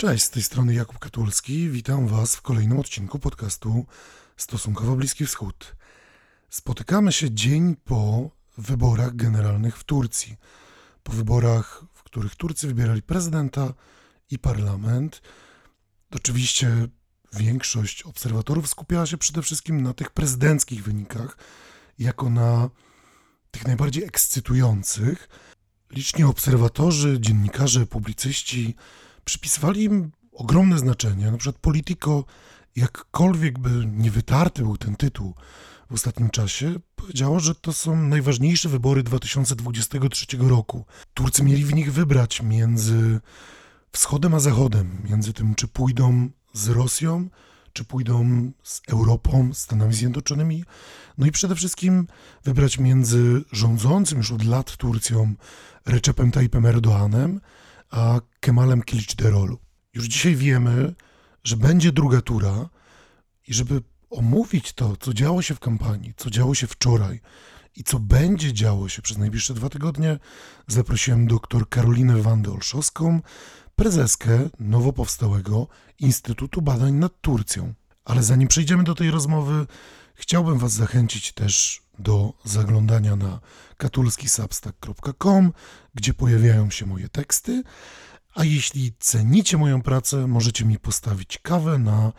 Cześć, z tej strony Jakub Katulski. Witam Was w kolejnym odcinku podcastu Stosunkowo Bliski Wschód. Spotykamy się dzień po wyborach generalnych w Turcji. Po wyborach, w których Turcy wybierali prezydenta i parlament. Oczywiście większość obserwatorów skupiała się przede wszystkim na tych prezydenckich wynikach, jako na tych najbardziej ekscytujących. Liczni obserwatorzy, dziennikarze, publicyści przypisywali im ogromne znaczenie. Na przykład Politico, jakkolwiek by nie wytarty był ten tytuł w ostatnim czasie, powiedziało, że to są najważniejsze wybory 2023 roku. Turcy mieli w nich wybrać między wschodem a zachodem, między tym, czy pójdą z Rosją, czy pójdą z Europą, Stanami Zjednoczonymi. No i przede wszystkim wybrać między rządzącym już od lat Turcją Recepem Tayyipem Erdoğanem, a Kemalem Kılıçdaroğlu. Już dzisiaj wiemy, że będzie druga tura i żeby omówić to, co działo się w kampanii, co działo się wczoraj i co będzie działo się przez najbliższe 2 tygodnie, zaprosiłem dr Karolinę Wandę-Olszowską, prezeskę nowo powstałego Instytutu Badań nad Turcją. Ale zanim przejdziemy do tej rozmowy, chciałbym Was zachęcić też do zaglądania na katulskisubstack.com, gdzie pojawiają się moje teksty, a jeśli cenicie moją pracę, możecie mi postawić kawę na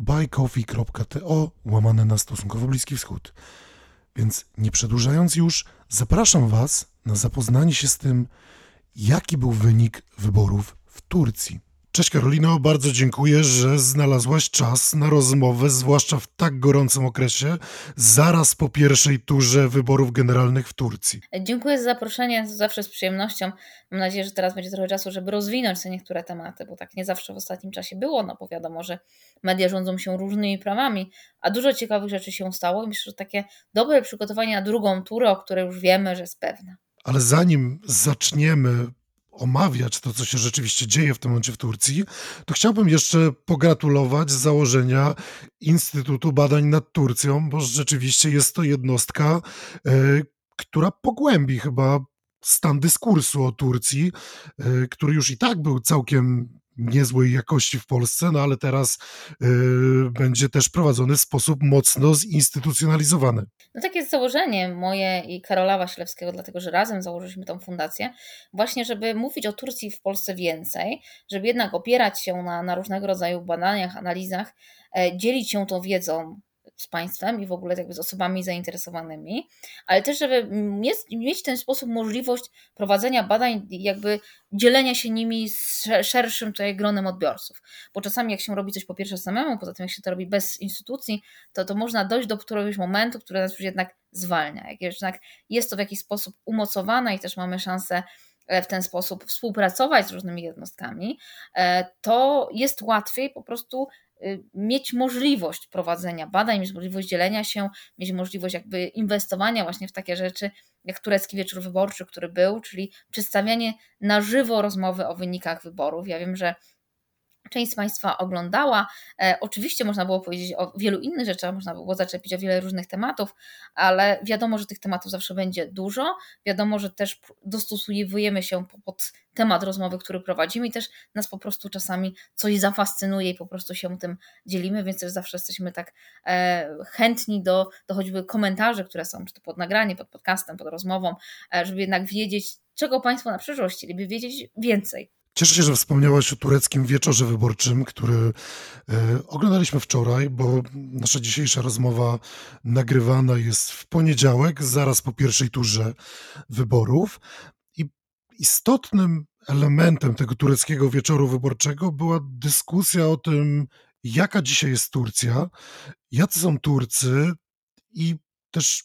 buycoffee.to /Stosunkowo Bliski Wschód. Więc nie przedłużając już, zapraszam Was na zapoznanie się z tym, jaki był wynik wyborów w Turcji. Cześć Karolino, bardzo dziękuję, że znalazłaś czas na rozmowę, zwłaszcza w tak gorącym okresie, zaraz po pierwszej turze wyborów generalnych w Turcji. Dziękuję za zaproszenie, zawsze z przyjemnością. Mam nadzieję, że teraz będzie trochę czasu, żeby rozwinąć te niektóre tematy, bo tak nie zawsze w ostatnim czasie było, no bo wiadomo, że media rządzą się różnymi prawami, a dużo ciekawych rzeczy się stało i myślę, że takie dobre przygotowanie na drugą turę, o której już wiemy, że jest pewna. Ale zanim zaczniemy omawiać to, co się rzeczywiście dzieje w tym momencie w Turcji, to chciałbym jeszcze pogratulować założenia Instytutu Badań nad Turcją, bo rzeczywiście jest to jednostka, która pogłębi chyba stan dyskursu o Turcji, który już i tak był całkiem niezłej jakości w Polsce, no ale teraz będzie też prowadzony w sposób mocno zinstytucjonalizowany. No takie jest założenie moje i Karola Wasilewskiego, dlatego że razem założyliśmy tą fundację, właśnie żeby mówić o Turcji w Polsce więcej, żeby jednak opierać się na różnego rodzaju badaniach, analizach, dzielić się tą wiedzą z państwem i w ogóle jakby z osobami zainteresowanymi, ale też żeby mieć w ten sposób możliwość prowadzenia badań, jakby dzielenia się nimi z szerszym tutaj gronem odbiorców. Bo czasami jak się robi coś po pierwsze samemu, poza tym jak się to robi bez instytucji, to można dojść do któregoś momentu, który nas już jednak zwalnia. Jak jednak jest to w jakiś sposób umocowane i też mamy szansę w ten sposób współpracować z różnymi jednostkami, to jest łatwiej po prostu mieć możliwość prowadzenia badań, mieć możliwość dzielenia się, mieć możliwość jakby inwestowania właśnie w takie rzeczy, jak turecki wieczór wyborczy, który był, czyli przedstawianie na żywo rozmowy o wynikach wyborów. Ja wiem, że część z Państwa oglądała. Oczywiście można było powiedzieć o wielu innych rzeczach, można było zaczepić o wiele różnych tematów, ale wiadomo, że tych tematów zawsze będzie dużo. Wiadomo, że też dostosujemy się pod temat rozmowy, który prowadzimy i też nas po prostu czasami coś zafascynuje i po prostu się tym dzielimy, więc też zawsze jesteśmy tak chętni do choćby komentarzy, które są czy to pod nagraniem, pod podcastem, pod rozmową, żeby jednak wiedzieć, czego Państwo na przyszłość chcieliby wiedzieć więcej. Cieszę się, że wspomniałaś o tureckim wieczorze wyborczym, który oglądaliśmy wczoraj, bo nasza dzisiejsza rozmowa nagrywana jest w poniedziałek, zaraz po pierwszej turze wyborów. I istotnym elementem tego tureckiego wieczoru wyborczego była dyskusja o tym, jaka dzisiaj jest Turcja, jacy są Turcy i też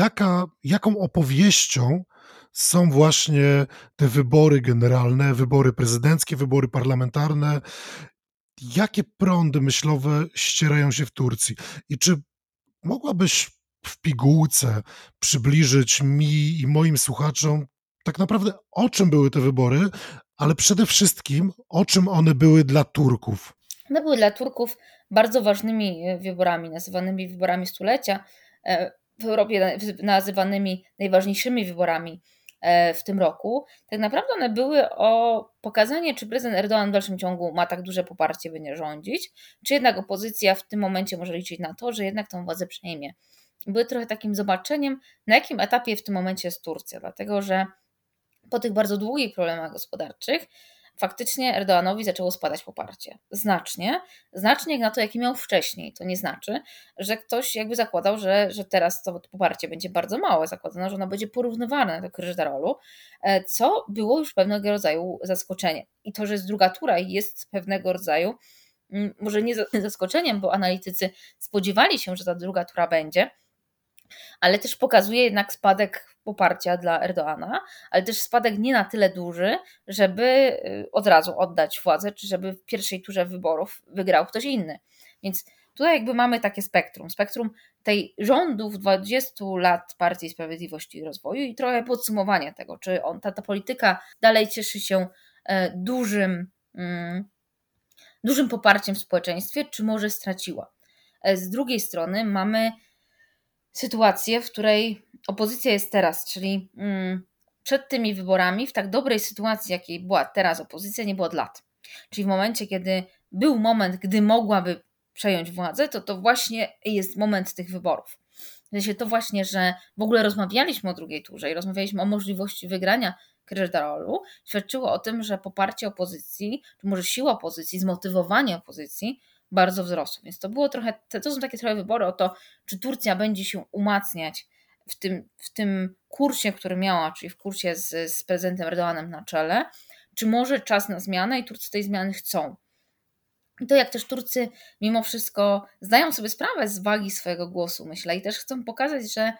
jaką opowieścią są właśnie te wybory generalne, wybory prezydenckie, wybory parlamentarne. Jakie prądy myślowe ścierają się w Turcji? I czy mogłabyś w pigułce przybliżyć mi i moim słuchaczom tak naprawdę o czym były te wybory, ale przede wszystkim o czym one były dla Turków? One były dla Turków bardzo ważnymi wyborami, nazywanymi wyborami stulecia, w Europie nazywanymi najważniejszymi wyborami w tym roku, tak naprawdę one były o pokazanie, czy prezydent Erdoğan w dalszym ciągu ma tak duże poparcie, by nie rządzić, czy jednak opozycja w tym momencie może liczyć na to, że jednak tą władzę przejmie. Były trochę takim zobaczeniem, na jakim etapie w tym momencie jest Turcja, dlatego że po tych bardzo długich problemach gospodarczych faktycznie Erdoğanowi zaczęło spadać poparcie. Znacznie jak na to, jakie miał wcześniej. To nie znaczy, że ktoś jakby zakładał, że teraz to poparcie będzie bardzo małe. Zakładano, że ono będzie porównywane do Kılıçdaroğlu, co było już pewnego rodzaju zaskoczeniem. I to, że jest druga tura i jest pewnego rodzaju, może nie zaskoczeniem, bo analitycy spodziewali się, że ta druga tura będzie, ale też pokazuje jednak spadek poparcia dla Erdoğana, ale też spadek nie na tyle duży, żeby od razu oddać władzę, czy żeby w pierwszej turze wyborów wygrał ktoś inny. Więc tutaj jakby mamy takie spektrum tej rządów 20 lat Partii Sprawiedliwości i Rozwoju i trochę podsumowanie tego, czy ta polityka dalej cieszy się dużym poparciem w społeczeństwie, czy może straciła. Z drugiej strony mamy sytuację, w której opozycja jest teraz, czyli przed tymi wyborami, w tak dobrej sytuacji, jakiej była teraz opozycja, nie było od lat. Czyli w momencie, kiedy był moment, gdy mogłaby przejąć władzę, to właśnie jest moment tych wyborów. W sensie to właśnie, że w ogóle rozmawialiśmy o drugiej turze i rozmawialiśmy o możliwości wygrania Kılıçdaroğlu, świadczyło o tym, że poparcie opozycji, czy może siła opozycji, zmotywowanie opozycji bardzo wzrosło. Więc to było trochę, to są takie trochę wybory o to, czy Turcja będzie się umacniać w tym kursie, który miała, czyli w kursie z prezydentem Erdoğanem na czele, czy może czas na zmianę i Turcy tej zmiany chcą. I to jak też Turcy mimo wszystko zdają sobie sprawę z wagi swojego głosu, myślę, i też chcą pokazać, że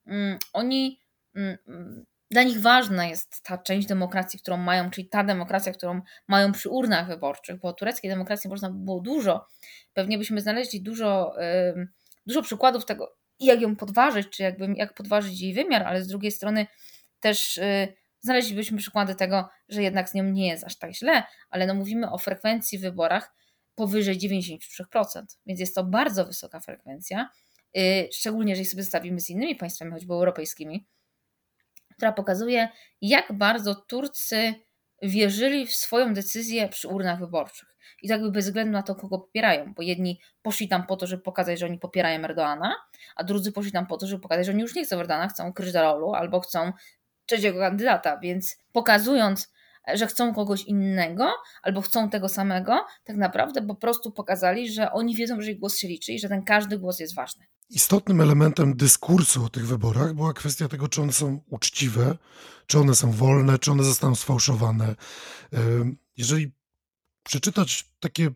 dla nich ważna jest ta część demokracji, którą mają, czyli ta demokracja, którą mają przy urnach wyborczych, bo o tureckiej demokracji można by było dużo. Pewnie byśmy znaleźli dużo przykładów tego, jak ją podważyć, czy jak podważyć jej wymiar, ale z drugiej strony też znaleźlibyśmy przykłady tego, że jednak z nią nie jest aż tak źle, ale mówimy o frekwencji w wyborach powyżej 93%, więc jest to bardzo wysoka frekwencja, szczególnie jeżeli sobie zestawimy z innymi państwami, choćby europejskimi, która pokazuje, jak bardzo Turcy wierzyli w swoją decyzję przy urnach wyborczych. I to jakby bez względu na to, kogo popierają, bo jedni poszli tam po to, żeby pokazać, że oni popierają Erdoğana, a drudzy poszli tam po to, żeby pokazać, że oni już nie chcą Erdoğana, chcą Kılıçdaroğlu albo chcą trzeciego kandydata, więc pokazując, że chcą kogoś innego albo chcą tego samego, tak naprawdę po prostu pokazali, że oni wiedzą, że ich głos się liczy i że ten każdy głos jest ważny. Istotnym elementem dyskursu o tych wyborach była kwestia tego, czy one są uczciwe, czy one są wolne, czy one zostaną sfałszowane. Jeżeli przeczytać takie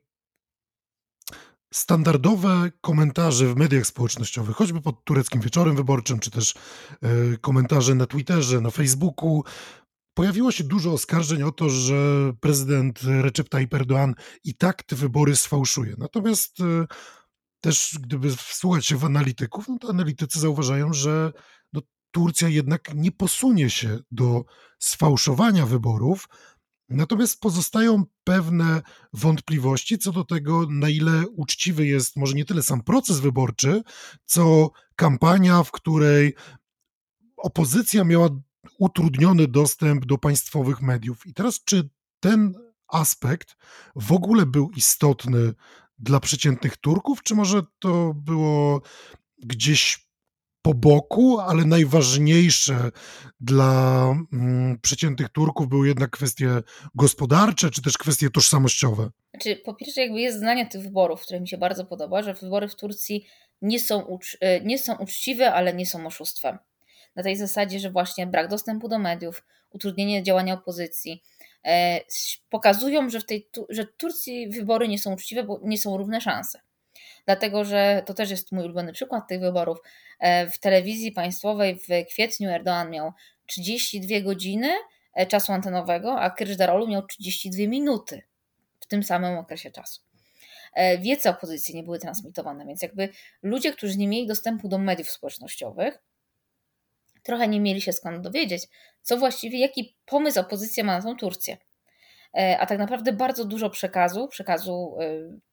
standardowe komentarze w mediach społecznościowych, choćby pod tureckim wieczorem wyborczym, czy też komentarze na Twitterze, na Facebooku, pojawiło się dużo oskarżeń o to, że prezydent Recep Tayyip Erdoğan i tak te wybory sfałszuje. Natomiast też gdyby wsłuchać się w analityków, to analitycy zauważają, że Turcja jednak nie posunie się do sfałszowania wyborów, natomiast pozostają pewne wątpliwości co do tego, na ile uczciwy jest może nie tyle sam proces wyborczy, co kampania, w której opozycja miała utrudniony dostęp do państwowych mediów. I teraz, czy ten aspekt w ogóle był istotny dla przeciętnych Turków, czy może to było gdzieś po boku, ale najważniejsze dla przeciętnych Turków były jednak kwestie gospodarcze, czy też kwestie tożsamościowe? Znaczy, po pierwsze jakby jest zdanie tych wyborów, które mi się bardzo podoba, że wybory w Turcji nie są uczciwe, ale nie są oszustwem. Na tej zasadzie, że właśnie brak dostępu do mediów, utrudnienie działania opozycji pokazują, że w Turcji wybory nie są uczciwe, bo nie są równe szanse. Dlatego, że to też jest mój ulubiony przykład tych wyborów. W telewizji państwowej w kwietniu Erdoğan miał 32 godziny czasu antenowego, a Kılıçdaroğlu miał 32 minuty w tym samym okresie czasu. Wiece opozycji nie były transmitowane, więc jakby ludzie, którzy nie mieli dostępu do mediów społecznościowych, trochę nie mieli się skąd dowiedzieć, co właściwie, jaki pomysł opozycja ma na tą Turcję. A tak naprawdę bardzo dużo przekazu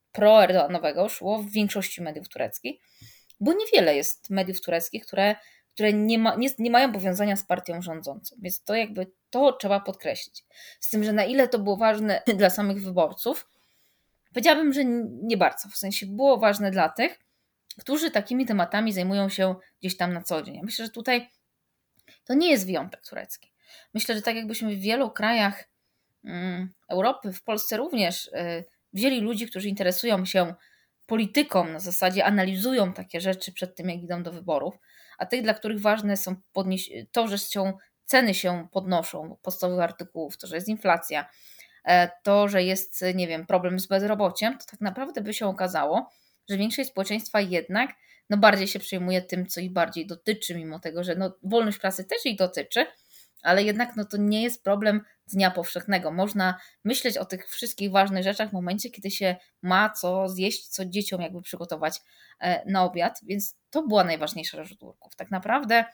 pro-Erdoğanowego szło w większości mediów tureckich, bo niewiele jest mediów tureckich, które które nie mają powiązania z partią rządzącą. Więc to trzeba podkreślić. Z tym, że na ile to było ważne dla samych wyborców, powiedziałabym, że nie bardzo. W sensie było ważne dla tych, którzy takimi tematami zajmują się gdzieś tam na co dzień. Ja myślę, że tutaj to nie jest wyjątek turecki. Myślę, że tak jakbyśmy w wielu krajach Europy, w Polsce również, wzięli ludzi, którzy interesują się polityką, na zasadzie analizują takie rzeczy przed tym, jak idą do wyborów, a tych, dla których ważne są to, że ceny się podnoszą podstawowych artykułów, to, że jest inflacja, to, że jest, nie wiem, problem z bezrobociem, to tak naprawdę by się okazało, że większość społeczeństwa jednak bardziej się przejmuje tym, co ich bardziej dotyczy, mimo tego, że wolność prasy też ich dotyczy, ale jednak to nie jest problem dnia powszechnego. Można myśleć o tych wszystkich ważnych rzeczach w momencie, kiedy się ma co zjeść, co dzieciom jakby przygotować na obiad, więc to była najważniejsza rzecz Turków. Tak naprawdę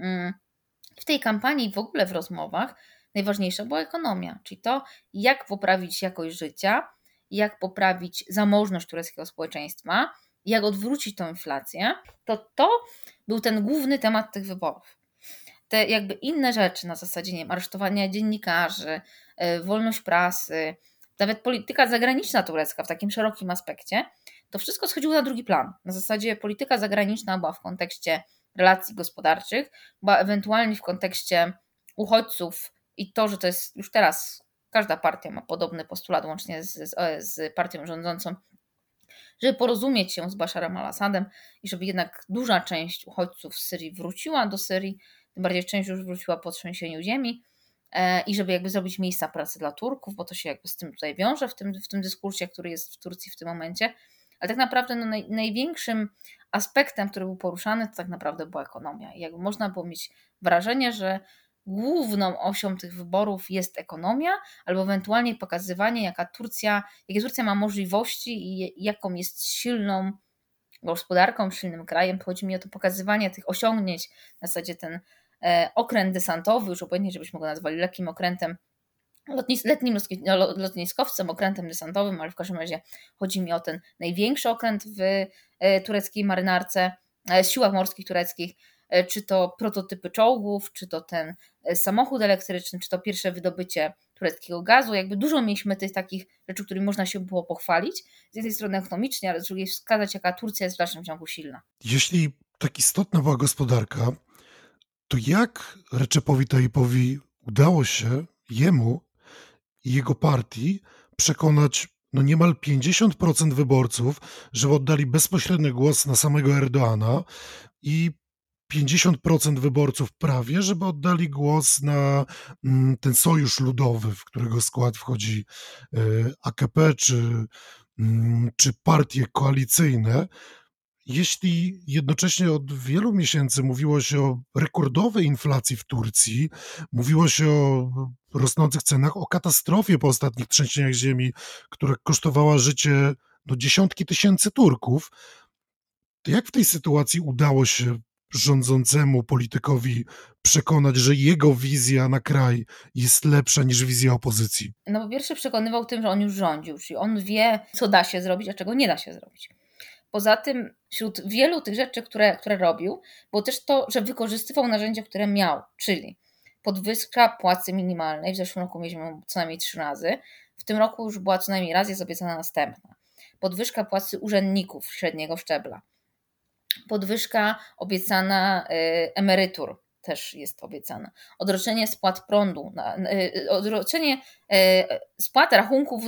w tej kampanii, w ogóle w rozmowach, najważniejsza była ekonomia, czyli to, jak poprawić jakość życia, jak poprawić zamożność tureckiego społeczeństwa, jak odwrócić tą inflację, to był ten główny temat tych wyborów. Te jakby inne rzeczy na zasadzie, nie wiem, aresztowania dziennikarzy, wolność prasy, nawet polityka zagraniczna turecka w takim szerokim aspekcie, to wszystko schodziło na drugi plan. Na zasadzie polityka zagraniczna była w kontekście relacji gospodarczych, była ewentualnie w kontekście uchodźców i to, że to jest już teraz, każda partia ma podobny postulat, łącznie z partią rządzącą, żeby porozumieć się z Basharem al-Assadem i żeby jednak duża część uchodźców z Syrii wróciła do Syrii, tym bardziej część już wróciła po trzęsieniu ziemi i żeby jakby zrobić miejsca pracy dla Turków, bo to się jakby z tym tutaj wiąże w tym dyskursie, który jest w Turcji w tym momencie. Ale tak naprawdę największym aspektem, który był poruszany, to tak naprawdę była ekonomia. I jakby można było mieć wrażenie, że główną osią tych wyborów jest ekonomia, albo ewentualnie pokazywanie, jakie Turcja ma możliwości i jaką jest silną gospodarką, silnym krajem. Chodzi mi o to pokazywanie tych osiągnięć, w zasadzie ten okręt desantowy, już obojętnie, żebyśmy go nazwali lekkim okrętem, letnim lotniskowcem, okrętem desantowym, ale w każdym razie chodzi mi o ten największy okręt w tureckiej marynarce, siłach morskich tureckich, czy to prototypy czołgów, czy to ten samochód elektryczny, czy to pierwsze wydobycie tureckiego gazu. Jakby dużo mieliśmy tych takich rzeczy, którymi można się było pochwalić. Z jednej strony ekonomicznie, ale z drugiej wskazać, jaka Turcja jest w dalszym ciągu silna. Jeśli tak istotna była gospodarka, to jak Recepowi Tayyipowi udało się jemu i jego partii przekonać niemal 50% wyborców, żeby oddali bezpośredni głos na samego Erdoana i 50% wyborców prawie, żeby oddali głos na ten sojusz ludowy, w którego skład wchodzi AKP czy partie koalicyjne. Jeśli jednocześnie od wielu miesięcy mówiło się o rekordowej inflacji w Turcji, mówiło się o rosnących cenach, o katastrofie po ostatnich trzęsieniach ziemi, która kosztowała życie dziesiątki tysięcy Turków, to jak w tej sytuacji udało się rządzącemu politykowi przekonać, że jego wizja na kraj jest lepsza niż wizja opozycji? Po pierwsze przekonywał tym, że on już rządził, czyli on wie, co da się zrobić, a czego nie da się zrobić. Poza tym wśród wielu tych rzeczy, które robił, było też to, że wykorzystywał narzędzia, które miał, czyli podwyżka płacy minimalnej. W zeszłym roku mieliśmy ją co najmniej 3 razy. W tym roku już była co najmniej raz, jest obiecana następna. Podwyżka płacy urzędników średniego szczebla. Podwyżka obiecana emerytur też jest obiecana. Odroczenie spłat prądu, odroczenie spłat rachunków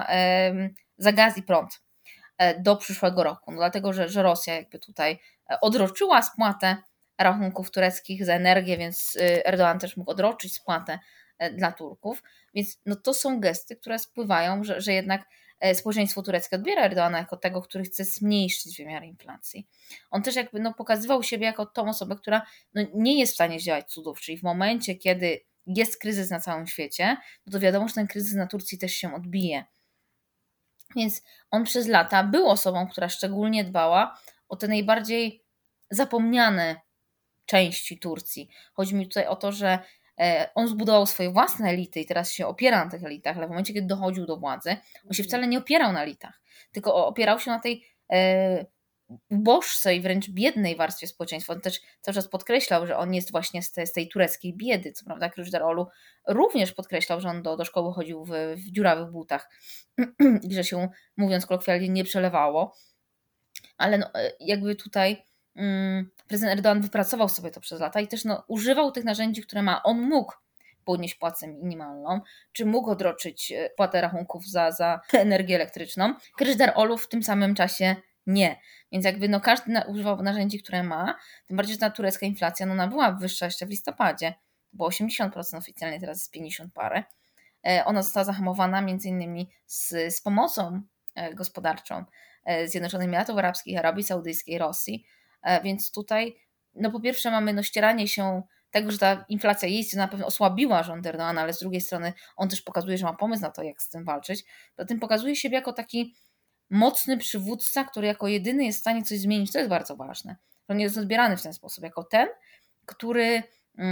za gaz i prąd do przyszłego roku. Dlatego, że Rosja jakby tutaj odroczyła spłatę rachunków tureckich za energię, więc Erdoğan też mógł odroczyć spłatę dla Turków. Więc to są gesty, które spływają, że jednak społeczeństwo tureckie odbiera Erdoğana jako tego, który chce zmniejszyć wymiar inflacji. On też jakby pokazywał siebie jako tą osobę, która nie jest w stanie działać cudów, czyli w momencie, kiedy jest kryzys na całym świecie, to wiadomo, że ten kryzys na Turcji też się odbije. Więc on przez lata był osobą, która szczególnie dbała o te najbardziej zapomniane części Turcji. Chodzi mi tutaj o to, że on zbudował swoje własne elity i teraz się opiera na tych elitach, ale w momencie, kiedy dochodził do władzy, on się wcale nie opierał na elitach, tylko opierał się na tej uboższej, wręcz biednej warstwie społeczeństwa. On też cały czas podkreślał, że on jest właśnie z tej tureckiej biedy. Co prawda Kılıçdaroğlu również podkreślał, że on do szkoły chodził w dziurawych butach i że się, mówiąc kolokwialnie, nie przelewało. Ale no, jakby tutaj prezydent Erdoğan wypracował sobie to przez lata i też używał tych narzędzi, które ma. On mógł podnieść płacę minimalną, czy mógł odroczyć płatę rachunków za energię elektryczną. Kılıçdaroğlu w tym samym czasie nie. Więc jakby każdy używał narzędzi, które ma, tym bardziej, że ta turecka inflacja ona była wyższa jeszcze w listopadzie. To było 80% oficjalnie, teraz jest 50 parę. Ona została zahamowana między innymi z pomocą gospodarczą Zjednoczonych Emiratów Arabskich, Arabii Saudyjskiej, Rosji. Więc tutaj po pierwsze mamy ścieranie się tego, że ta inflacja jest, na pewno osłabiła rząd Erdoğana, ale z drugiej strony on też pokazuje, że ma pomysł na to, jak z tym walczyć. Poza tym pokazuje siebie jako taki mocny przywódca, który jako jedyny jest w stanie coś zmienić. To jest bardzo ważne. On jest odbierany w ten sposób, jako ten, który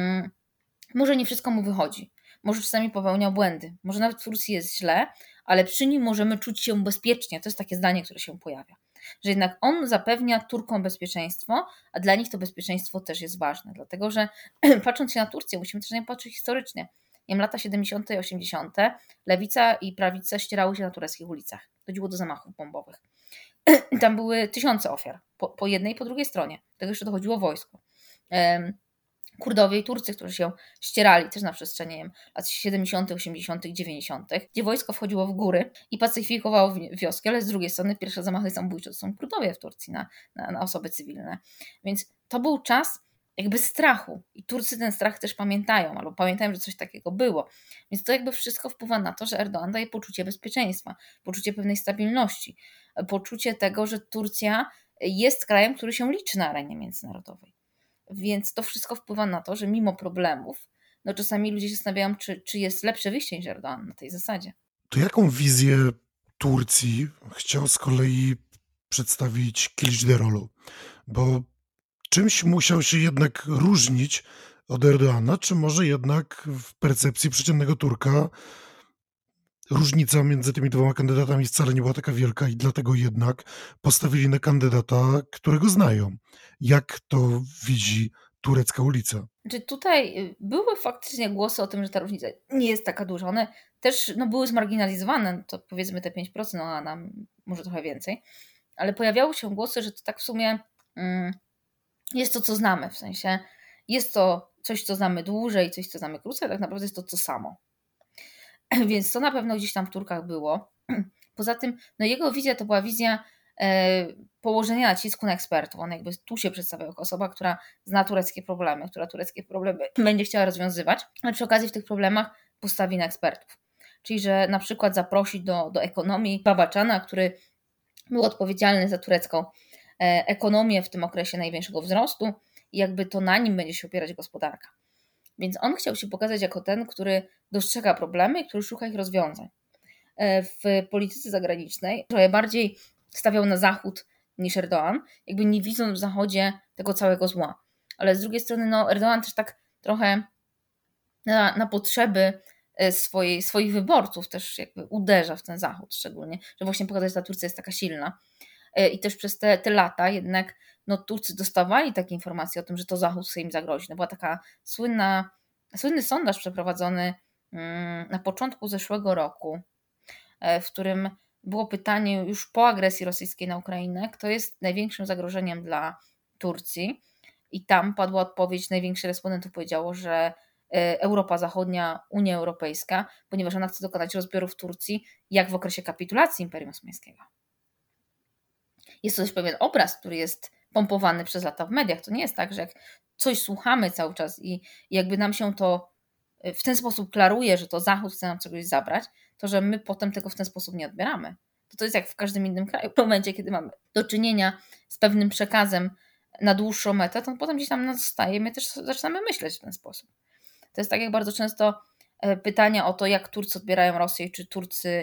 może nie wszystko mu wychodzi. Może czasami popełnia błędy. Może nawet w Turcji jest źle, ale przy nim możemy czuć się bezpiecznie. To jest takie zdanie, które się pojawia. Że jednak on zapewnia Turkom bezpieczeństwo, a dla nich to bezpieczeństwo też jest ważne. Dlatego, że patrząc się na Turcję, musimy też na nią patrzeć historycznie. Lata 70. i 80. lewica i prawica ścierały się na tureckich ulicach. Dochodziło do zamachów bombowych. Tam były tysiące ofiar. Po jednej i po drugiej stronie. Do tego jeszcze dochodziło wojsko. Kurdowie i Turcy, którzy się ścierali też na przestrzeni lat 70., 80., 90., gdzie wojsko wchodziło w góry i pacyfikowało wioski, ale z drugiej strony pierwsze zamachy samobójcze to są Kurdowie w Turcji na osoby cywilne. Więc to był czas jakby strachu i Turcy ten strach też pamiętają, albo pamiętają, że coś takiego było. Więc to jakby wszystko wpływa na to, że Erdoğan daje poczucie bezpieczeństwa, poczucie pewnej stabilności, poczucie tego, że Turcja jest krajem, który się liczy na arenie międzynarodowej. Więc to wszystko wpływa na to, że mimo problemów, czasami ludzie się zastanawiają, czy jest lepsze wyjście niż Erdoğan na tej zasadzie. To jaką wizję Turcji chciał z kolei przedstawić Kılıçdaroğlu? Bo czymś musiał się jednak różnić od Erdoğana, czy może jednak w percepcji przeciętnego Turka różnica między tymi dwoma kandydatami wcale nie była taka wielka i dlatego jednak postawili na kandydata, którego znają. Jak to widzi turecka ulica? Znaczy tutaj były faktycznie głosy o tym, że ta różnica nie jest taka duża. One też były zmarginalizowane, to powiedzmy te 5%, a nam może trochę więcej, ale pojawiały się głosy, że to tak w sumie jest to, co znamy, w sensie jest to coś, co znamy dłużej, coś, co znamy krócej, ale tak naprawdę jest to samo. Więc to na pewno gdzieś tam w Turkach było. Poza tym jego wizja to była wizja położenia nacisku na ekspertów. On jakby tu się przedstawia jako osoba, która zna tureckie problemy, która tureckie problemy będzie chciała rozwiązywać, ale przy okazji w tych problemach postawi na ekspertów. Czyli, że na przykład zaprosi do ekonomii Babaczana, który był odpowiedzialny za turecką ekonomię w tym okresie największego wzrostu i jakby to na nim będzie się opierać gospodarka. Więc on chciał się pokazać jako ten, który dostrzega problemy i który szuka ich rozwiązań. W polityce zagranicznej trochę bardziej stawiał na Zachód niż Erdoğan, jakby nie widząc w Zachodzie tego całego zła. Ale z drugiej strony Erdoğan też tak trochę na potrzeby swoich wyborców też jakby uderza w ten Zachód szczególnie, że właśnie pokazać, że ta Turcja jest taka silna. I też przez te lata jednak Turcy dostawali takie informacje o tym, że to Zachód chce im zagrozić. Była taka słynny sondaż przeprowadzony na początku zeszłego roku, w którym było pytanie już po agresji rosyjskiej na Ukrainę, kto jest największym zagrożeniem dla Turcji. I tam padła odpowiedź, największy respondentów powiedziało, że Europa Zachodnia, Unia Europejska, ponieważ ona chce dokonać rozbiorów Turcji, jak w okresie kapitulacji Imperium Osmańskiego. Jest to też pewien obraz, który jest pompowany przez lata w mediach. To nie jest tak, że jak coś słuchamy cały czas i jakby nam się to w ten sposób klaruje, że to Zachód chce nam czegoś zabrać, to że my potem tego w ten sposób nie odbieramy. To jest jak w każdym innym kraju. W momencie, kiedy mamy do czynienia z pewnym przekazem na dłuższą metę, to potem gdzieś tam nas zostaje i my też zaczynamy myśleć w ten sposób. To jest tak jak bardzo często pytania o to, jak Turcy odbierają Rosję, czy Turcy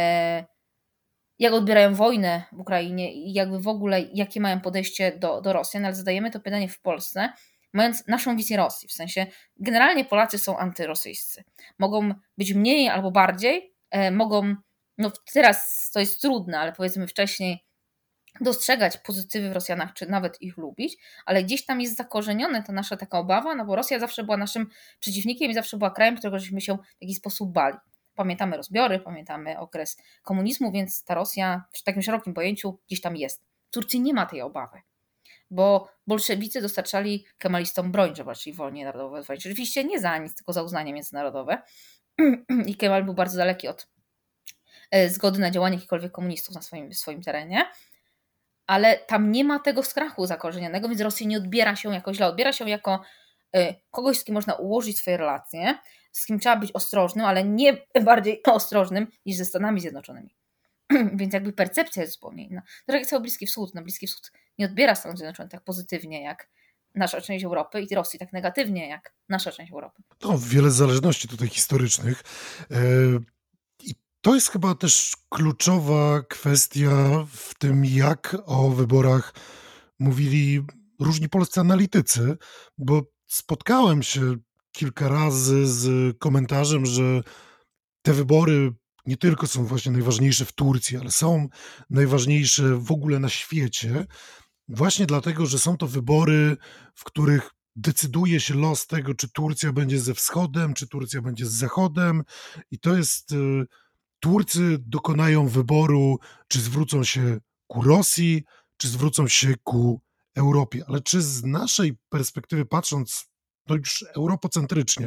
jak odbierają wojnę w Ukrainie i jakby w ogóle jakie mają podejście do Rosjan, ale zadajemy to pytanie w Polsce, mając naszą wizję Rosji, w sensie generalnie Polacy są antyrosyjscy. Mogą być mniej albo bardziej, mogą, teraz to jest trudne, ale powiedzmy wcześniej dostrzegać pozytywy w Rosjanach, czy nawet ich lubić, ale gdzieś tam jest zakorzeniona ta nasza taka obawa, no bo Rosja zawsze była naszym przeciwnikiem i zawsze była krajem, którego żeśmy się w jakiś sposób bali. Pamiętamy rozbiory, pamiętamy okres komunizmu, więc ta Rosja w takim szerokim pojęciu gdzieś tam jest. W Turcji nie ma tej obawy, bo bolszewicy dostarczali kemalistom broń, żeby walczyli wolnie narodowo. Oczywiście nie za nic, tylko za uznanie międzynarodowe. I Kemal był bardzo daleki od zgody na działanie jakichkolwiek komunistów na swoim terenie, ale tam nie ma tego strachu zakorzenionego, więc Rosja nie odbiera się jako źle, odbiera się jako kogoś, z kim można ułożyć swoje relacje, z kim trzeba być ostrożnym, ale nie bardziej ostrożnym niż ze Stanami Zjednoczonymi. Więc jakby percepcja jest zupełnie inna. Tak jak cały Bliski Wschód. No Bliski Wschód nie odbiera Stanów Zjednoczonych tak pozytywnie jak nasza część Europy i Rosji tak negatywnie jak nasza część Europy. No, wiele zależności tutaj historycznych. I to jest chyba też kluczowa kwestia w tym, jak o wyborach mówili różni polscy analitycy, bo spotkałem się kilka razy z komentarzem, że te wybory nie tylko są właśnie najważniejsze w Turcji, ale są najważniejsze w ogóle na świecie, właśnie dlatego, że są to wybory, w których decyduje się los tego, czy Turcja będzie ze wschodem, czy Turcja będzie z zachodem. I to jest, Turcy dokonają wyboru, czy zwrócą się ku Rosji, czy zwrócą się ku Europie. Ale czy z naszej perspektywy patrząc, no już europocentrycznie,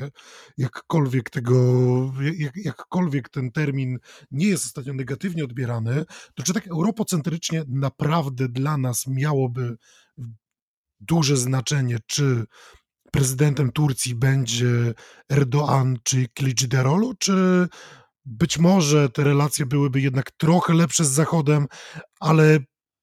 jakkolwiek ten termin nie jest ostatnio negatywnie odbierany, to czy tak europocentrycznie naprawdę dla nas miałoby duże znaczenie, czy prezydentem Turcji będzie Erdoğan czy Kılıçdaroğlu, czy być może te relacje byłyby jednak trochę lepsze z Zachodem, ale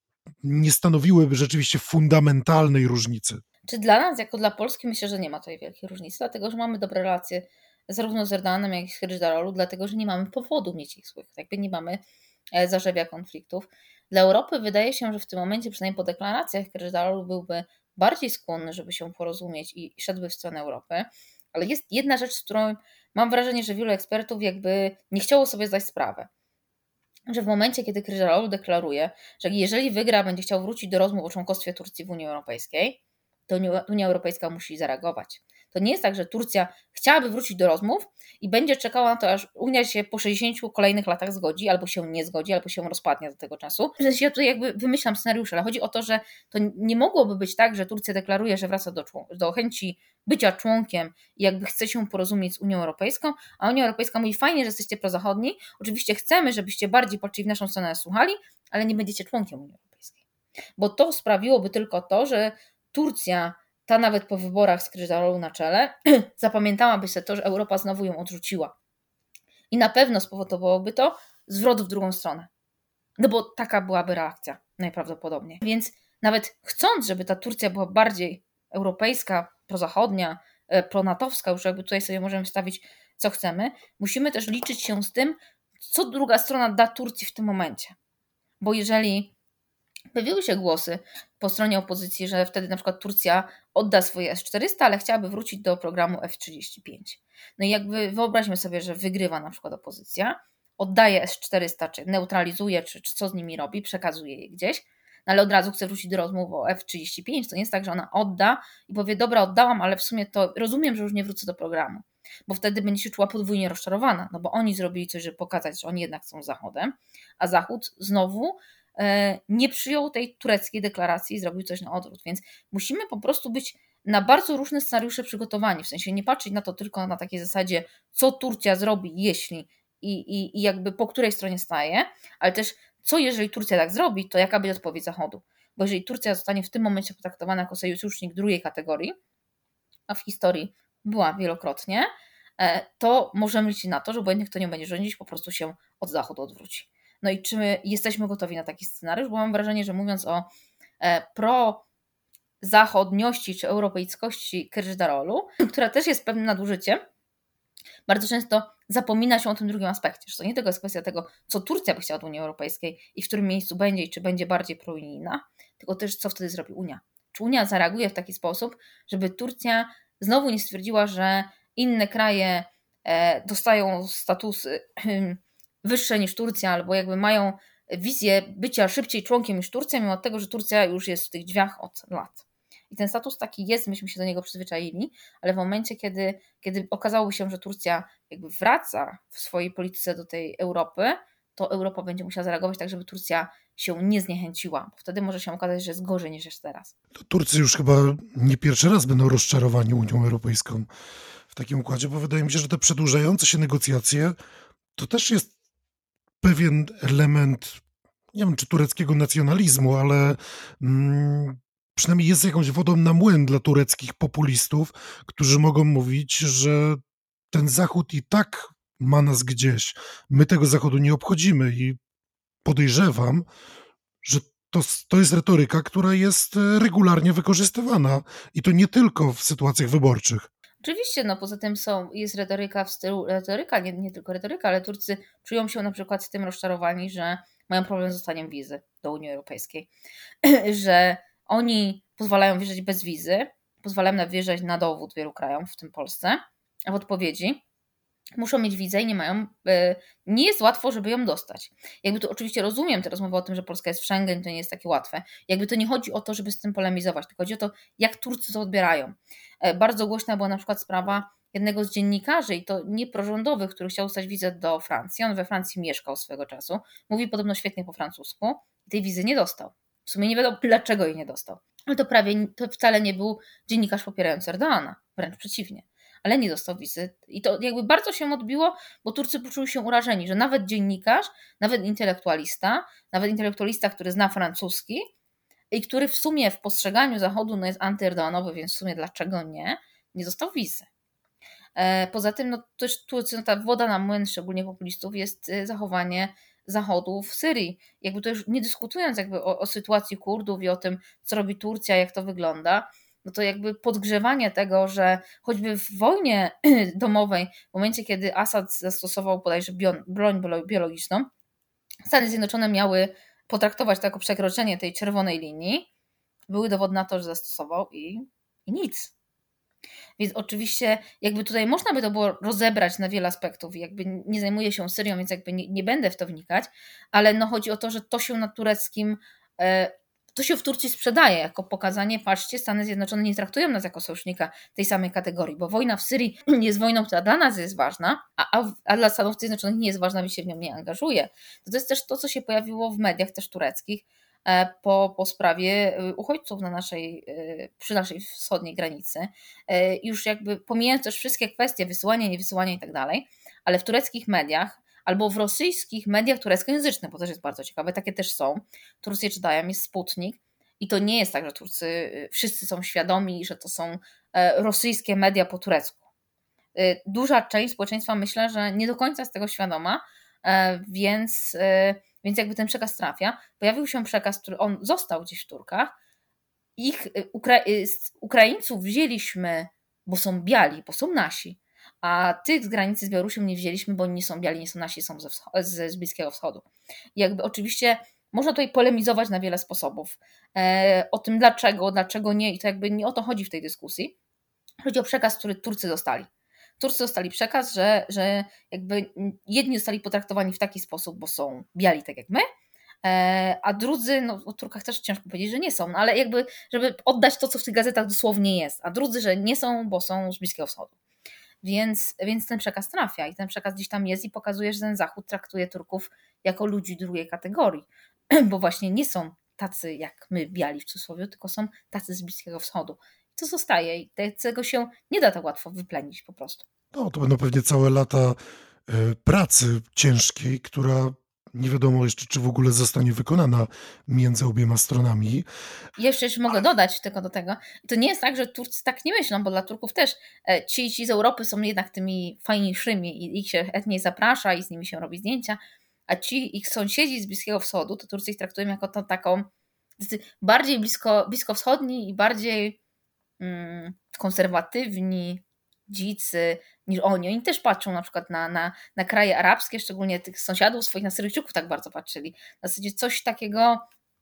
nie stanowiłyby rzeczywiście fundamentalnej różnicy? Czy dla nas, jako dla Polski, myślę, że nie ma tej wielkiej różnicy, dlatego że mamy dobre relacje zarówno z Erdoğanem, jak i z Kılıçdaroğlu, dlatego że nie mamy powodu mieć ich złych, jakby nie mamy zarzewia konfliktów. Dla Europy wydaje się, że w tym momencie, przynajmniej po deklaracjach, Kılıçdaroğlu byłby bardziej skłonny, żeby się porozumieć i szedłby w stronę Europy, ale jest jedna rzecz, z którą mam wrażenie, że wielu ekspertów jakby nie chciało sobie zdać sprawę, że w momencie, kiedy Kılıçdaroğlu deklaruje, że jeżeli wygra, będzie chciał wrócić do rozmów o członkostwie Turcji w Unii Europejskiej, to Unia Europejska musi zareagować. To nie jest tak, że Turcja chciałaby wrócić do rozmów i będzie czekała na to, aż Unia się po 60 kolejnych latach zgodzi, albo się nie zgodzi, albo się rozpadnie do tego czasu. Że ja tutaj jakby wymyślam scenariusze, ale chodzi o to, że to nie mogłoby być tak, że Turcja deklaruje, że wraca do chęci bycia członkiem i jakby chce się porozumieć z Unią Europejską, a Unia Europejska mówi: fajnie, że jesteście prozachodni, oczywiście chcemy, żebyście bardziej patrzyli w naszą stronę, nas słuchali, ale nie będziecie członkiem Unii Europejskiej. Bo to sprawiłoby tylko to, że Turcja, ta nawet po wyborach z Kılıçdaroğlu na czele, zapamiętałaby sobie to, że Europa znowu ją odrzuciła. I na pewno spowodowałoby to zwrot w drugą stronę. No bo taka byłaby reakcja najprawdopodobniej. Więc nawet chcąc, żeby ta Turcja była bardziej europejska, prozachodnia, pronatowska, już jakby tutaj sobie możemy wstawić co chcemy, musimy też liczyć się z tym, co druga strona da Turcji w tym momencie. Bo jeżeli pojawiły się głosy po stronie opozycji, że wtedy na przykład Turcja odda swoje S-400, ale chciałaby wrócić do programu F-35. No i jakby wyobraźmy sobie, że wygrywa na przykład opozycja, oddaje S-400, czy neutralizuje, czy co z nimi robi, przekazuje je gdzieś, no ale od razu chce wrócić do rozmów o F-35. To nie jest tak, że ona odda i powie: dobra, oddałam, ale w sumie to rozumiem, że już nie wrócę do programu. Bo wtedy będzie się czuła podwójnie rozczarowana, no bo oni zrobili coś, żeby pokazać, że oni jednak są Zachodem, a Zachód znowu nie przyjął tej tureckiej deklaracji i zrobił coś na odwrót. Więc musimy po prostu być na bardzo różne scenariusze przygotowani, w sensie nie patrzeć na to tylko na takiej zasadzie, co Turcja zrobi, jeśli i jakby po której stronie staje, ale też co jeżeli Turcja tak zrobi, to jaka będzie odpowiedź Zachodu. Bo jeżeli Turcja zostanie w tym momencie potraktowana jako sojusznik drugiej kategorii, a w historii była wielokrotnie, to możemy liczyć na to, że obojętnie kto nie będzie rządzić, po prostu się od Zachodu odwróci. No i czy my jesteśmy gotowi na taki scenariusz? Bo mam wrażenie, że mówiąc o prozachodniości czy europejskości Kılıçdaroğlu, która też jest pewnym nadużyciem, bardzo często zapomina się o tym drugim aspekcie, że to nie tylko jest kwestia tego, co Turcja by chciała od Unii Europejskiej i w którym miejscu będzie i czy będzie bardziej prounijna, tylko też co wtedy zrobi Unia. Czy Unia zareaguje w taki sposób, żeby Turcja znowu nie stwierdziła, że inne kraje dostają statusy wyższe niż Turcja, albo jakby mają wizję bycia szybciej członkiem niż Turcja, mimo tego, że Turcja już jest w tych drzwiach od lat. I ten status taki jest, myśmy się do niego przyzwyczaili, ale w momencie, kiedy okazałoby się, że Turcja jakby wraca w swojej polityce do tej Europy, to Europa będzie musiała zareagować tak, żeby Turcja się nie zniechęciła, bo wtedy może się okazać, że jest gorzej niż jest teraz. To Turcy już chyba nie pierwszy raz będą rozczarowani Unią Europejską w takim układzie, bo wydaje mi się, że te przedłużające się negocjacje to też jest pewien element, nie wiem czy tureckiego nacjonalizmu, ale przynajmniej jest jakąś wodą na młyn dla tureckich populistów, którzy mogą mówić, że ten Zachód i tak ma nas gdzieś. My tego Zachodu nie obchodzimy i podejrzewam, że to jest retoryka, która jest regularnie wykorzystywana i to nie tylko w sytuacjach wyborczych. Oczywiście, no poza tym jest retoryka w stylu, retoryka, nie tylko retoryka, ale Turcy czują się na przykład z tym rozczarowani, że mają problem z dostaniem wizy do Unii Europejskiej, że oni pozwalają wjeżdżać bez wizy, pozwalają wjeżdżać na dowód wielu krajom, w tym Polsce, a w odpowiedzi muszą mieć wizę i nie jest łatwo, żeby ją dostać. Jakby to oczywiście rozumiem te rozmowy o tym, że Polska jest w Schengen, to nie jest takie łatwe. Jakby to nie chodzi o to, żeby z tym polemizować, tylko chodzi o to, jak Turcy to odbierają. Bardzo głośna była na przykład sprawa jednego z dziennikarzy, i to nie prorządowych, który chciał dostać wizę do Francji. On we Francji mieszkał swego czasu. Mówi podobno świetnie po francusku. Tej wizy nie dostał. W sumie nie wiadomo, dlaczego jej nie dostał. Ale to wcale nie był dziennikarz popierający Erdoğana. Wręcz przeciwnie. Ale nie dostał wizy. I to jakby bardzo się odbiło, bo Turcy poczuli się urażeni, że nawet dziennikarz, nawet intelektualista, który zna francuski i który w sumie w postrzeganiu Zachodu jest antyerdoanowy, więc w sumie dlaczego nie dostał wizy. Poza tym, no też Turcy, ta woda na młyn, szczególnie populistów, jest zachowanie Zachodu w Syrii. Jakby to już nie dyskutując jakby o sytuacji Kurdów i o tym, co robi Turcja, jak to wygląda, no to jakby podgrzewanie tego, że choćby w wojnie domowej, w momencie kiedy Assad zastosował bodajże broń biologiczną, Stany Zjednoczone miały potraktować to jako przekroczenie tej czerwonej linii. Były dowody na to, że zastosował i nic. Więc oczywiście jakby tutaj można by to było rozebrać na wiele aspektów. Jakby nie zajmuję się Syrią, więc jakby nie będę w to wnikać, ale no chodzi o to, że to się na tureckim, to się w Turcji sprzedaje jako pokazanie, patrzcie, Stany Zjednoczone nie traktują nas jako sojusznika tej samej kategorii, bo wojna w Syrii jest wojną, która dla nas jest ważna, a dla Stanów Zjednoczonych nie jest ważna, bo się w nią nie angażuje. To jest też to, co się pojawiło w mediach też tureckich, po sprawie uchodźców przy naszej wschodniej granicy. Już jakby pomijając też wszystkie kwestie wysyłania, niewysyłania i tak dalej, ale w tureckich mediach albo w rosyjskich mediach tureckojęzycznych, bo też jest bardzo ciekawe, takie też są. Turcję czytają, jest Sputnik i to nie jest tak, że Turcy wszyscy są świadomi, że to są rosyjskie media po turecku. Duża część społeczeństwa myślę, że nie do końca jest tego świadoma, więc jakby ten przekaz trafia. Pojawił się przekaz, który on został gdzieś w Turkach. Ukraińców wzięliśmy, bo są biali, bo są nasi, a tych z granicy z Białorusią nie wzięliśmy, bo oni nie są biali, nie są nasi, są z Bliskiego Wschodu. I jakby oczywiście można tutaj polemizować na wiele sposobów o tym dlaczego nie, i to jakby nie o to chodzi w tej dyskusji. Chodzi o przekaz, który Turcy dostali. Turcy dostali przekaz, że jakby jedni zostali potraktowani w taki sposób, bo są biali tak jak my, a drudzy, no o Turkach też ciężko powiedzieć, że nie są, no ale jakby, żeby oddać to, co w tych gazetach dosłownie jest, a drudzy, że nie są, bo są z Bliskiego Wschodu. Więc ten przekaz trafia i ten przekaz gdzieś tam jest i pokazuje, że ten Zachód traktuje Turków jako ludzi drugiej kategorii, bo właśnie nie są tacy jak my, biali w cudzysłowie, tylko są tacy z Bliskiego Wschodu. To zostaje i tego się nie da tak łatwo wyplenić po prostu. No, to będą pewnie całe lata pracy ciężkiej, która nie wiadomo jeszcze, czy w ogóle zostanie wykonana między obiema stronami. Jeszcze mogę dodać tylko do tego. To nie jest tak, że Turcy tak nie myślą, bo dla Turków też ci z Europy są jednak tymi fajniejszymi i ich się chętniej zaprasza i z nimi się robi zdjęcia, a ci ich sąsiedzi z Bliskiego Wschodu, to Turcy ich traktują jako tą taką bardziej bliskowschodni i bardziej konserwatywni, dzicy niż oni. Oni też patrzą na przykład na kraje arabskie, szczególnie tych sąsiadów swoich, na Syryjczyków tak bardzo patrzyli. W zasadzie coś takiego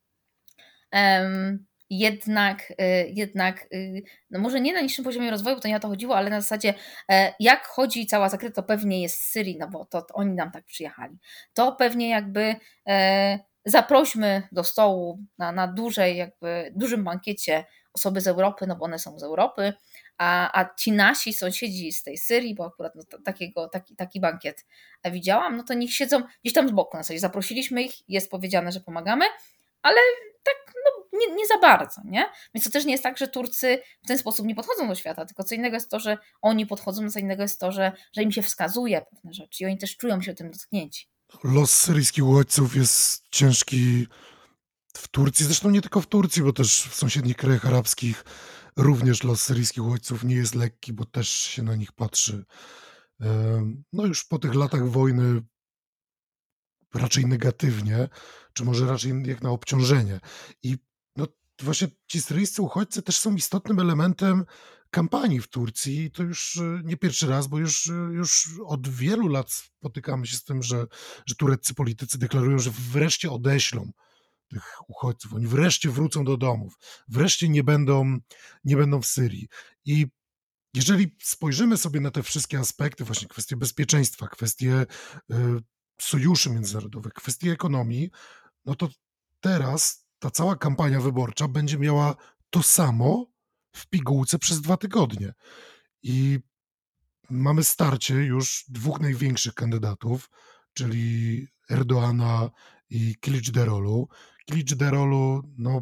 jednak no może nie na niższym poziomie rozwoju, bo to nie o to chodziło, ale na zasadzie jak chodzi cała zakryta, to pewnie jest z Syrii, no bo to oni nam tak przyjechali. To pewnie jakby zaprośmy do stołu na dużym bankiecie osoby z Europy, no bo one są z Europy, a ci nasi sąsiedzi z tej Syrii, bo akurat taki bankiet widziałam, no to niech siedzą gdzieś tam z boku na zasadzie. Zaprosiliśmy ich, jest powiedziane, że pomagamy, ale tak nie za bardzo, nie? Więc to też nie jest tak, że Turcy w ten sposób nie podchodzą do świata, tylko co innego jest to, że oni podchodzą, co innego jest to, że im się wskazuje pewne rzeczy i oni też czują się tym dotknięci. Los syryjskich uchodźców jest ciężki w Turcji, zresztą nie tylko w Turcji, bo też w sąsiednich krajach arabskich również los syryjskich uchodźców nie jest lekki, bo też się na nich patrzy. No już po tych latach wojny raczej negatywnie, czy może raczej jak na obciążenie. I no właśnie ci syryjscy uchodźcy też są istotnym elementem kampanii w Turcji. I to już nie pierwszy raz, bo już od wielu lat spotykamy się z tym, że tureccy politycy deklarują, że wreszcie odeślą tych uchodźców. Oni wreszcie wrócą do domów. Wreszcie nie będą w Syrii. I jeżeli spojrzymy sobie na te wszystkie aspekty, właśnie kwestie bezpieczeństwa, kwestie sojuszy międzynarodowych, kwestie ekonomii, no to teraz ta cała kampania wyborcza będzie miała to samo w pigułce przez 2 tygodnie. I mamy starcie już 2 największych kandydatów, czyli Erdoğana i Kılıçdaroğlu. Kılıçdaroğlu, no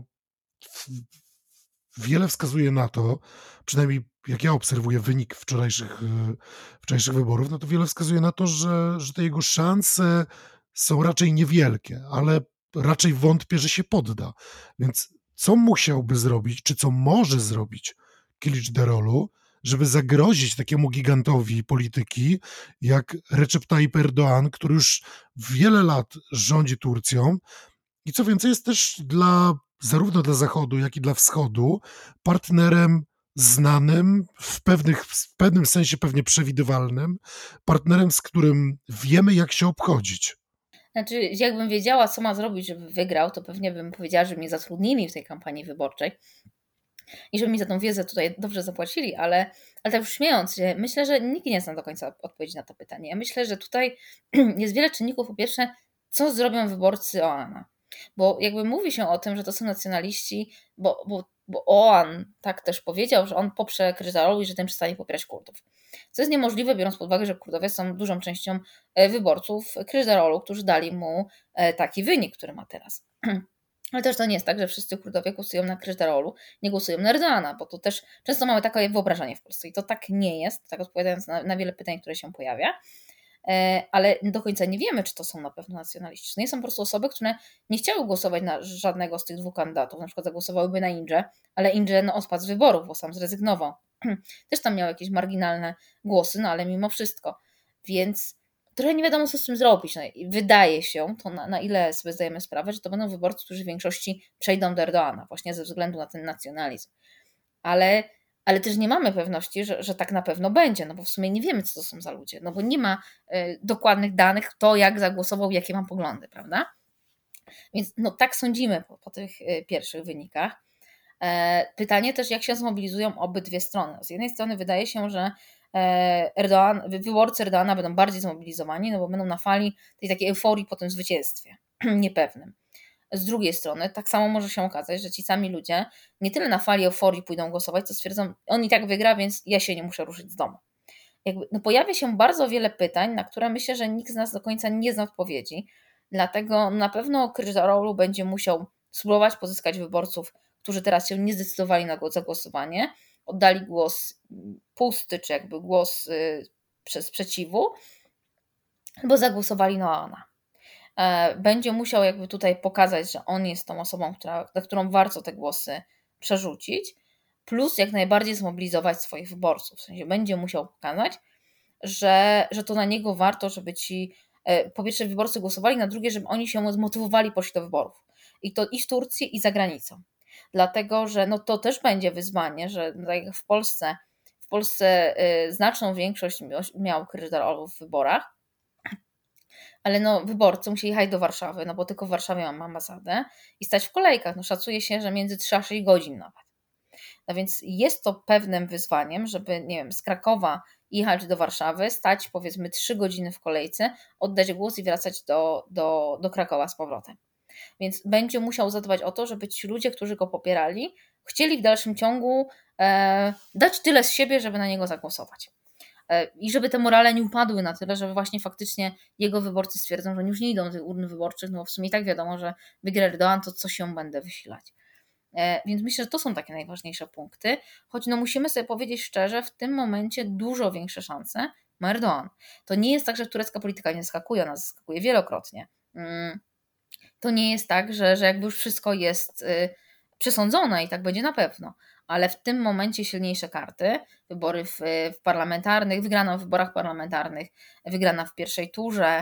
wiele wskazuje na to, przynajmniej jak ja obserwuję wynik wczorajszych wyborów, no to wiele wskazuje na to, że te jego szanse są raczej niewielkie, ale raczej wątpię, że się podda. Więc co musiałby zrobić, czy co może zrobić Kılıçdaroğlu, żeby zagrozić takiemu gigantowi polityki jak Recep Tayyip Erdoğan, który już wiele lat rządzi Turcją i co więcej jest też zarówno dla Zachodu, jak i dla Wschodu partnerem znanym, w pewnym sensie pewnie przewidywalnym, partnerem, z którym wiemy, jak się obchodzić. Znaczy, jakbym wiedziała, co ma zrobić, żeby wygrał, to pewnie bym powiedziała, że mnie zatrudnili w tej kampanii wyborczej i żeby mi za tą wiedzę tutaj dobrze zapłacili, ale tak już śmiejąc się, myślę, że nikt nie zna do końca odpowiedzi na to pytanie. Ja myślę, że tutaj jest wiele czynników. Po pierwsze, co zrobią wyborcy Oana? Bo jakby mówi się o tym, że to są nacjonaliści, bo Oan tak też powiedział, że on poprze Kılıçdaroğlu i że ten przestanie popierać Kurdów. Co jest niemożliwe, biorąc pod uwagę, że Kurdowie są dużą częścią wyborców Kılıçdaroğlu, którzy dali mu taki wynik, który ma teraz. Ale też to nie jest tak, że wszyscy Kurdowie głosują na Kılıçdaroğlu, nie głosują na Erdoğana, bo to też często mamy takie wyobrażenie w Polsce i to tak nie jest, tak odpowiadając na wiele pytań, które się pojawia. Ale do końca nie wiemy, czy to są na pewno nacjonaliści. To nie są po prostu osoby, które nie chciały głosować na żadnego z tych 2 kandydatów, na przykład zagłosowałyby na Indże, ale Indże odpadł z wyborów, bo sam zrezygnował. Też tam miał jakieś marginalne głosy, no ale mimo wszystko. Więc trochę nie wiadomo, co z tym zrobić. No, wydaje się, to na ile sobie zdajemy sprawę, że to będą wyborcy, którzy w większości przejdą do Erdoğana, właśnie ze względu na ten nacjonalizm. Ale też nie mamy pewności, że tak na pewno będzie, no bo w sumie nie wiemy, co to są za ludzie, no bo nie ma dokładnych danych, kto jak zagłosował, jakie ma poglądy, prawda? Więc no tak sądzimy po tych pierwszych wynikach. Pytanie też, jak się zmobilizują obydwie strony. Z jednej strony wydaje się, że wyborcy Erdoğana będą bardziej zmobilizowani, no bo będą na fali tej takiej euforii po tym zwycięstwie niepewnym. Z drugiej strony tak samo może się okazać, że ci sami ludzie nie tyle na fali euforii pójdą głosować, co stwierdzą, on i tak wygra, więc ja się nie muszę ruszyć z domu. Pojawia się bardzo wiele pytań, na które myślę, że nikt z nas do końca nie zna odpowiedzi, dlatego na pewno Kılıçdaroğlu będzie musiał spróbować pozyskać wyborców, którzy teraz się nie zdecydowali na zagłosowanie, oddali głos pusty, czy jakby głos przez sprzeciwu, bo zagłosowali na Oana. Będzie musiał jakby tutaj pokazać, że on jest tą osobą, na którą warto te głosy przerzucić, plus jak najbardziej zmobilizować swoich wyborców. W sensie będzie musiał pokazać, że to na niego warto, żeby ci po pierwsze wyborcy głosowali, na drugie, żeby oni się zmotywowali, poszli do wyborów. I to i w Turcji, i za granicą. Dlatego, że no to też będzie wyzwanie, że tak jak w Polsce znaczną większość miał Kılıçdaroğlu w wyborach, ale no wyborcy musieli jechać do Warszawy, no bo tylko w Warszawie mam ambasadę i stać w kolejkach. No szacuje się, że między 3 a 6 godzin nawet. No więc jest to pewnym wyzwaniem, żeby, nie wiem, z Krakowa jechać do Warszawy, stać powiedzmy 3 godziny w kolejce, oddać głos i wracać do Krakowa z powrotem. Więc będzie musiał zadbać o to, żeby ci ludzie, którzy go popierali, chcieli w dalszym ciągu dać tyle z siebie, żeby na niego zagłosować. I żeby te morale nie upadły na tyle, żeby właśnie faktycznie jego wyborcy stwierdzą, że oni już nie idą do tych urn wyborczych, no bo w sumie i tak wiadomo, że wygra Erdoğan, to co się będę wysilać. Więc myślę, że to są takie najważniejsze punkty, choć no musimy sobie powiedzieć szczerze, w tym momencie dużo większe szanse ma Erdoğan. To nie jest tak, że turecka polityka nie zaskakuje, ona zaskakuje wielokrotnie. To nie jest tak, że jakby już wszystko jest przesądzone i tak będzie na pewno, ale w tym momencie silniejsze karty, wybory w parlamentarnych, wygrana w wyborach parlamentarnych, wygrana w pierwszej turze,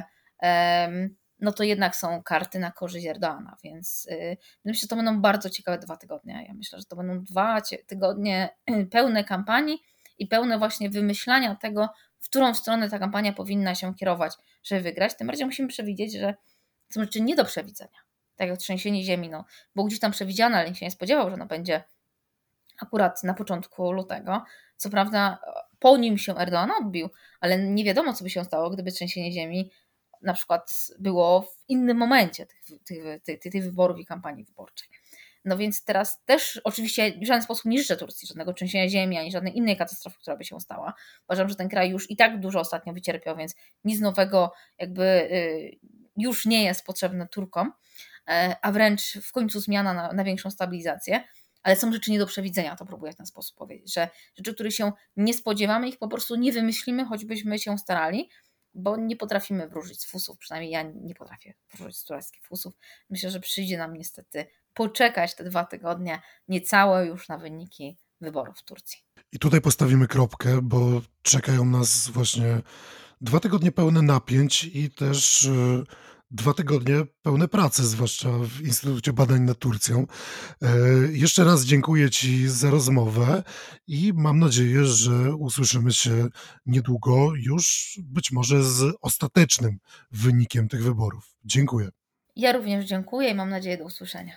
no to jednak są karty na korzyść Erdoğana, więc myślę, że to będą bardzo ciekawe 2 tygodnie. Ja myślę, że to będą 2 tygodnie pełne kampanii i pełne właśnie wymyślania tego, w którą stronę ta kampania powinna się kierować, żeby wygrać. Tym bardziej musimy przewidzieć, że są rzeczy nie do przewidzenia. Tak jak trzęsienie ziemi, no, było gdzieś tam przewidziane, ale nikt się nie spodziewał, że ono będzie akurat na początku lutego. Co prawda po nim się Erdoğan odbił, ale nie wiadomo, co by się stało, gdyby trzęsienie ziemi na przykład było w innym momencie tych wyborów i kampanii wyborczej. No więc teraz też oczywiście w żaden sposób nie życzę Turcji żadnego trzęsienia ziemi, ani żadnej innej katastrofy, która by się stała. Uważam, że ten kraj już i tak dużo ostatnio wycierpiał, więc nic nowego jakby już nie jest potrzebne Turkom, a wręcz w końcu zmiana na większą stabilizację. Ale są rzeczy nie do przewidzenia, to próbuję w ten sposób powiedzieć, że rzeczy, których się nie spodziewamy, ich po prostu nie wymyślimy, choćbyśmy się starali, bo nie potrafimy wróżyć z fusów, przynajmniej ja nie potrafię wróżyć z tureckich fusów. Myślę, że przyjdzie nam niestety poczekać te 2 tygodnie, niecałe już na wyniki wyborów w Turcji. I tutaj postawimy kropkę, bo czekają nas właśnie 2 tygodnie pełne napięć i też 2 tygodnie pełne pracy, zwłaszcza w Instytucie Badań nad Turcją. Jeszcze raz dziękuję Ci za rozmowę i mam nadzieję, że usłyszymy się niedługo już być może z ostatecznym wynikiem tych wyborów. Dziękuję. Ja również dziękuję i mam nadzieję do usłyszenia.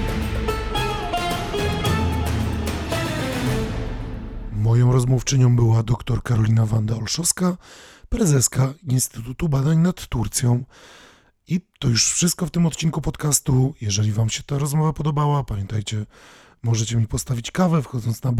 Moją rozmówczynią była dr Karolina Wanda-Olszowska, prezeska Instytutu Badań nad Turcją. I to już wszystko w tym odcinku podcastu. Jeżeli Wam się ta rozmowa podobała, pamiętajcie, możecie mi postawić kawę wchodząc na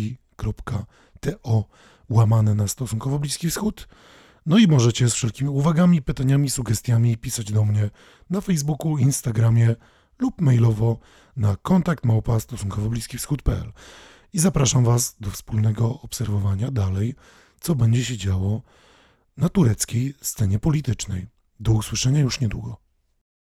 buycoffee.to/na Stosunkowo Bliski Wschód. No i możecie z wszelkimi uwagami, pytaniami, sugestiami pisać do mnie na Facebooku, Instagramie lub mailowo na kontakt@stosunkowobliskiwschód.pl. I zapraszam Was do wspólnego obserwowania dalej, co będzie się działo na tureckiej scenie politycznej. Do usłyszenia już niedługo.